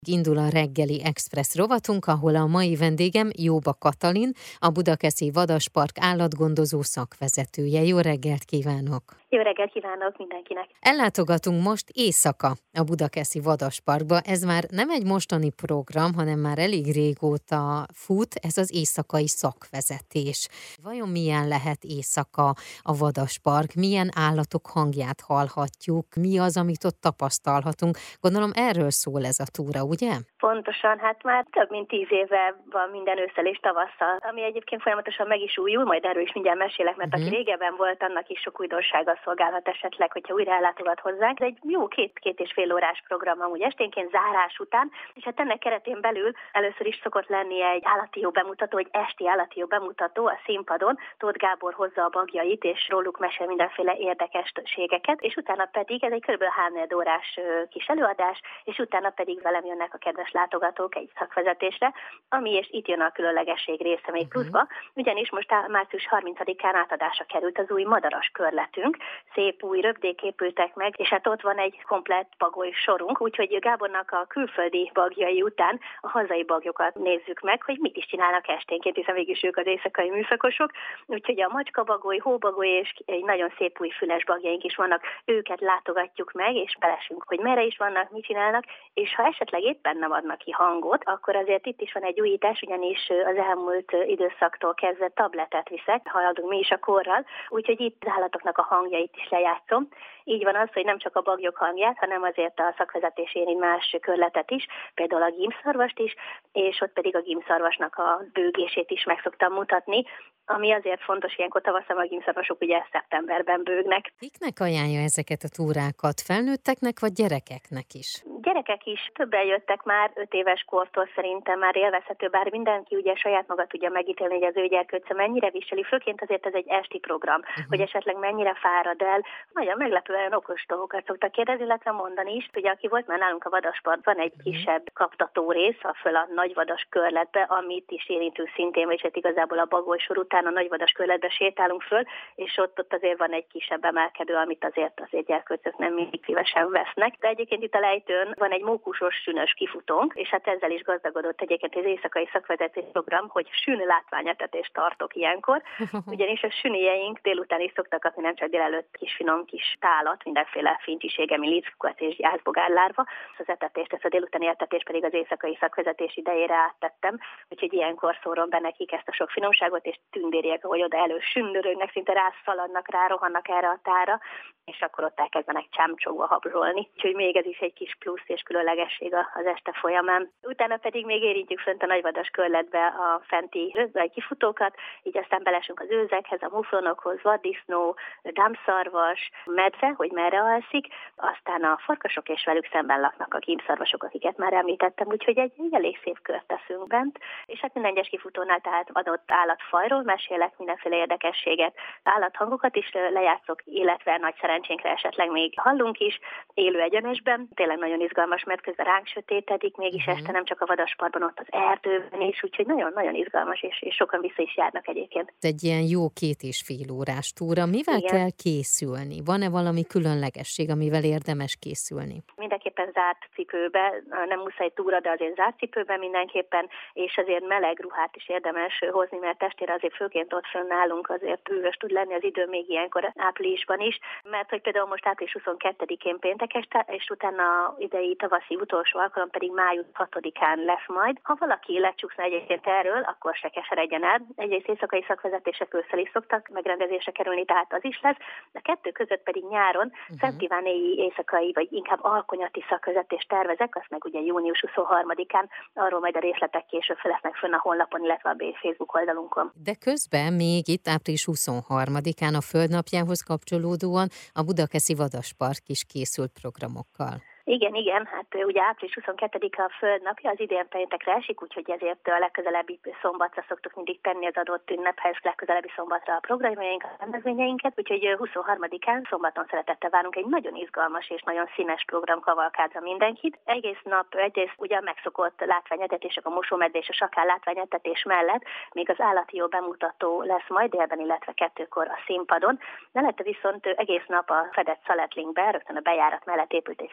Indul a reggeli express rovatunk, ahol a mai vendégem Jóba Katalin, a Budakeszi Vadaspark állatgondozó szakvezetője. Jó reggelt kívánok! Jó reggelt kívánok mindenkinek! Ellátogatunk most éjszaka a Budakeszi Vadasparkba. Ez már nem egy mostani program, hanem már elég régóta fut, ez az éjszakai szakvezetés. Vajon milyen lehet éjszaka a Vadaspark? Milyen állatok hangját hallhatjuk? Mi az, amit ott tapasztalhatunk? Gondolom erről szól ez a túra, ugye? Pontosan, hát már több mint 10 éve van minden ősszel és tavasszal, ami egyébként folyamatosan meg is újul, majd erről is mindjárt mesélek, mert aki régebben volt, annak is sok újdonsággal szolgálhat esetleg, hogyha újra ellátogat hozzánk. Ez egy jó két és fél órás program amúgy esténként zárás után, és hát ennek keretén belül először is szokott lenni egy állati jó bemutató, egy esti állati jó bemutató a színpadon. Tóth Gábor hozza a bagjait, és róluk mesél mindenféle érdekességeket, és utána pedig ez egy kb. 3 órás kis előadás, és utána pedig velem jönnek a kedves látogatók egy szakvezetésre, ami és itt jön a különlegesség része még pluszba, ugyanis most március 30-án átadásra került az új madaras körletünk, szép új röpdék épültek meg, és hát ott van egy komplett bagoly sorunk, úgyhogy Gábornak a külföldi bagjai után a hazai bagyokat nézzük meg, hogy mit is csinálnak esténként, hiszen mégis ők az éjszakai műszakosok, úgyhogy a macskabagoly, hóbagoly és egy nagyon szép új füles bagjaink is vannak, őket látogatjuk meg, és belesünk, hogy merre is vannak, mit csinálnak, és ha esetleg éppen nem adnak ki hangot, akkor azért itt is van egy újítás, ugyanis az elmúlt időszaktól kezdve tabletet viszek, haladunk mi is a korral, úgyhogy itt az állatoknak a hangjait is lejátszom. Így van az, hogy nem csak a bagyok hangját, hanem azért a szakvezetés érint más körletet is, például a gímszarvast is, és ott pedig a gímszarvasnak a bőgését is meg szoktam mutatni, ami azért fontos, ilyenkor tavasszal a gímszarvasok ugye szeptemberben bőgnek. Kiknek ajánlja ezeket a túrákat? Felnőtteknek vagy gyerekeknek is? Gyerekek is többen jöttek már 5 éves kortól, szerintem már élvezhető, bár mindenki ugye saját maga tudja megítélni, hogy az ő gyerkőce mennyire viseli, főként azért ez egy esti program, hogy esetleg mennyire fárad el. Nagyon meglepően okos dolgokat szoktak kérdezni, illetve mondani is. Ugye aki volt már nálunk a Vadasparkban, egy kisebb kaptató rész, föl a nagyvadas körletbe, amit is érintünk szintén, vagy hát igazából a bagolysor után a nagyvadas körletbe sétálunk föl, és ott azért van egy kisebb emelkedő, amit azért gyerkőcök nem mindig szívesen vesznek. De egyébként itt a lejtőn van egy mókusos sünös kifutónk, és hát ezzel is gazdagodott egyébként az éjszakai szakvezetés program, hogy sün látványetetést tartok ilyenkor, ugyanis a sünijeink délután is szoktak kapni, nem csak délelőtt kis finom kis tálat, mindenféle fincsisége, millickukat és gyászbogárlárva. Az etetést, ezt a délutáni etetést pedig az éjszakai szakvezetés idejére áttettem, úgyhogy ilyenkor szórom be nekik ezt a sok finomságot, és tündériek, ahogy oda elősündörögnek, szinte rászaladnak rá, rohannak erre a tára, és akkor ott elkezdenek csámcsogva habzsolni. Úgyhogy még ez is egy kis plusz és különlegesség az este folyamán. Utána pedig még érintjük fönt a nagyvadas körletbe a fenti kifutókat, így aztán belesünk az őzekhez, a muflonokhoz, vaddisznó, dámszarvas, medve, hogy merre alszik, aztán a farkasok és velük szemben laknak a gímszarvasok, akiket már említettem, úgyhogy egy elég szép kört teszünk bent, és hát minden egyes kifutónál tehát adott állatfajról mesélek mindenféle érdekességet, állathangokat is lejátszok, illetve nagy szerencsénkre esetleg még hallunk is, élő egyenesben, tényleg nagyon izgalmas, mert közben ránk sötétedik, mégis este nem csak a Vadasparkban, ott az erdőben is, úgyhogy nagyon-nagyon izgalmas, és sokan vissza is járnak egyébként. Egy ilyen jó 2,5 órás túra. Mivel kell készülni? Van-e valami különlegesség, amivel érdemes készülni? Mindenképpen zárt cipőbe, nem muszáj túra, de azért zárt cipőben mindenképpen, és azért meleg ruhát is érdemes hozni, mert testére azért főként ott fönnállunk, azért bűvös tud lenni az idő még ilyenkor áprilisban is, mert hogy például most április 22-én péntek este, és utána idei tavaszi utolsó alkalom pedig május 6-án lesz majd. Ha valaki lecsúszna egyébként erről, akkor se keseredjen el. Egyrészt éjszakai szakvezetések ősszel is szoktak megrendezésre kerülni, tehát az is lesz. De kettő között pedig nyáron Szent Ivánéi éjszakai, vagy inkább alkonyati szakvezetést tervezek, azt meg ugye június 23-án, arról majd a részletek később lesznek fönn a honlapon, illetve a Facebook oldalunkon. De közben még itt április 23-án a Földnapjához kapcsolódóan a Budakeszi Vadaspark is készült programokkal. Igen, hát ugye április 22-a a Földnapja, az idén péntekre esik, úgyhogy ezért a legközelebbi szombatra szoktuk mindig tenni az adott ünnephez, legközelebbi szombatra a programjainkat, a rendezvényeinket, úgyhogy 23-án szombaton szeretettel várunk egy nagyon izgalmas és nagyon színes program kavalkádra mindenkit. Egész nap egyrészt ugye a megszokott látványetetések, a mosómedve és a sakál látványetetés mellett még az állati jó bemutató lesz majd délben, illetve 2-kor a színpadon. Mellette viszont egész nap a fedett szaletlingben, rögtön a bejárat mellett épült egy szép új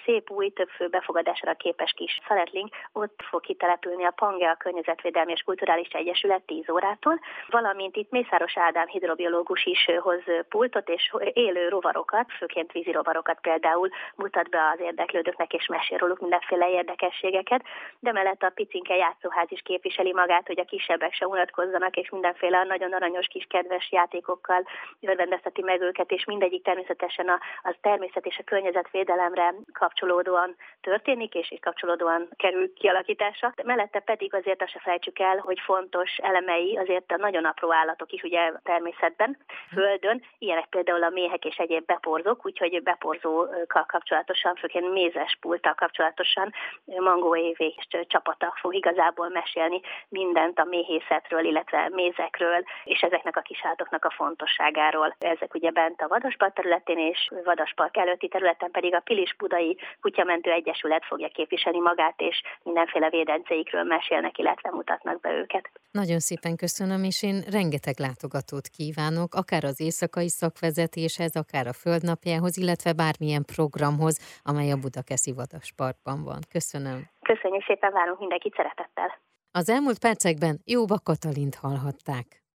új, több fő befogadásra képes kis szaletling. Ott fog kitelepülni a Pangea Környezetvédelmi és Kulturális Egyesület 10 órától, valamint itt Mészáros Ádám hidrobiológus is hoz pultot, és élő rovarokat, főként vízi rovarokat például mutat be az érdeklődőknek, és mesél róluk mindenféle érdekességeket, de mellett a picinke játszóház is képviseli magát, hogy a kisebbek se unatkozzanak, és mindenféle nagyon aranyos kis kedves játékokkal örvendezteti meg őket, és mindegyik természetesen a természet és a környezetvédelemre kapcsolódóan történik, és így kapcsolódóan kerül kialakításra. Mellette pedig azért azt se felejtsük el, hogy fontos elemei azért a nagyon apró állatok is ugye természetben, földön, ilyenek például a méhek és egyéb beporzók, úgyhogy beporzókkal kapcsolatosan, főként mézespulttal kapcsolatosan Mangó Évi és csapata fog igazából mesélni mindent a méhészetről, illetve mézekről, és ezeknek a kisállatoknak a fontosságáról. Ezek ugye bent a Vadaspark területén, és Vadaspark előtti területen pedig a Pilis-Budai Kutyamentő Egyesület fogja képviselni magát, és mindenféle védencéikről mesélnek, illetve mutatnak be őket. Nagyon szépen köszönöm, és én rengeteg látogatót kívánok, akár az éjszakai szakvezetéshez, akár a Földnapjához, illetve bármilyen programhoz, amely a Budakeszi Vadasparkban van. Köszönöm. Köszönjük szépen, várunk mindenkit szeretettel. Az elmúlt percekben Jóba Katalint hallhatták.